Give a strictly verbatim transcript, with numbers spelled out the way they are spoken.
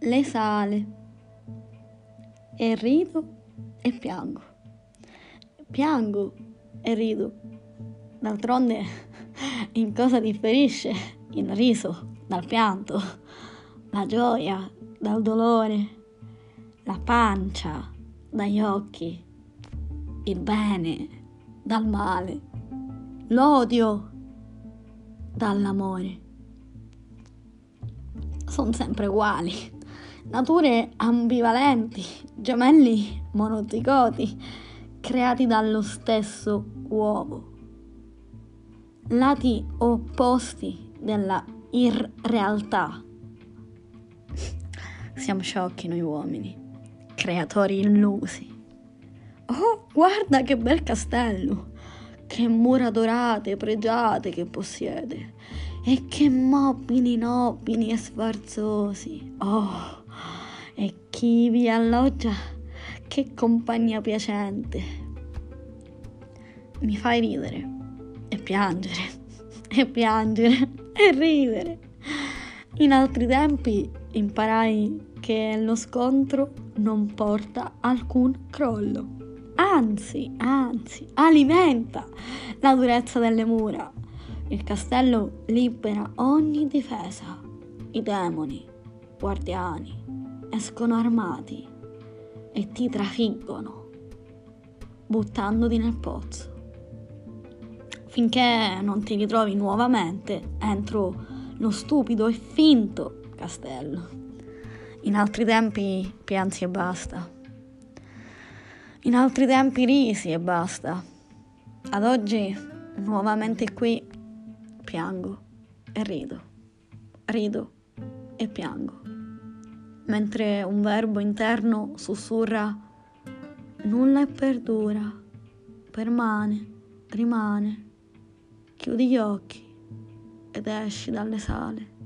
le sale e rido e piango. Piango e rido. D'altronde in cosa differisce il riso dal pianto, la gioia dal dolore, la pancia dagli occhi, il bene dal male, l'odio dall'amore. Sono sempre uguali, nature ambivalenti, gemelli monozigoti, creati dallo stesso uovo, lati opposti della irrealtà. Siamo sciocchi noi uomini, creatori illusi. Oh, guarda che bel castello, che mura dorate pregiate che possiede, e che mobili nobili e sfarzosi. Oh, e chi vi alloggia, che compagnia piacente. Mi fai ridere e piangere, e piangere e ridere. In altri tempi imparai che lo scontro non porta alcun crollo. Anzi, anzi, alimenta la durezza delle mura. Il castello libera ogni difesa. I demoni, guardiani, escono armati e ti trafiggono, buttandoti nel pozzo, finché non ti ritrovi nuovamente entro lo stupido e finto castello. In altri tempi piansi e basta. In altri tempi risi e basta. Ad oggi, nuovamente qui, piango e rido, rido e piango, mentre un verbo interno sussurra: nulla è perdura, permane, rimane. Chiudi gli occhi ed esci dalle sale.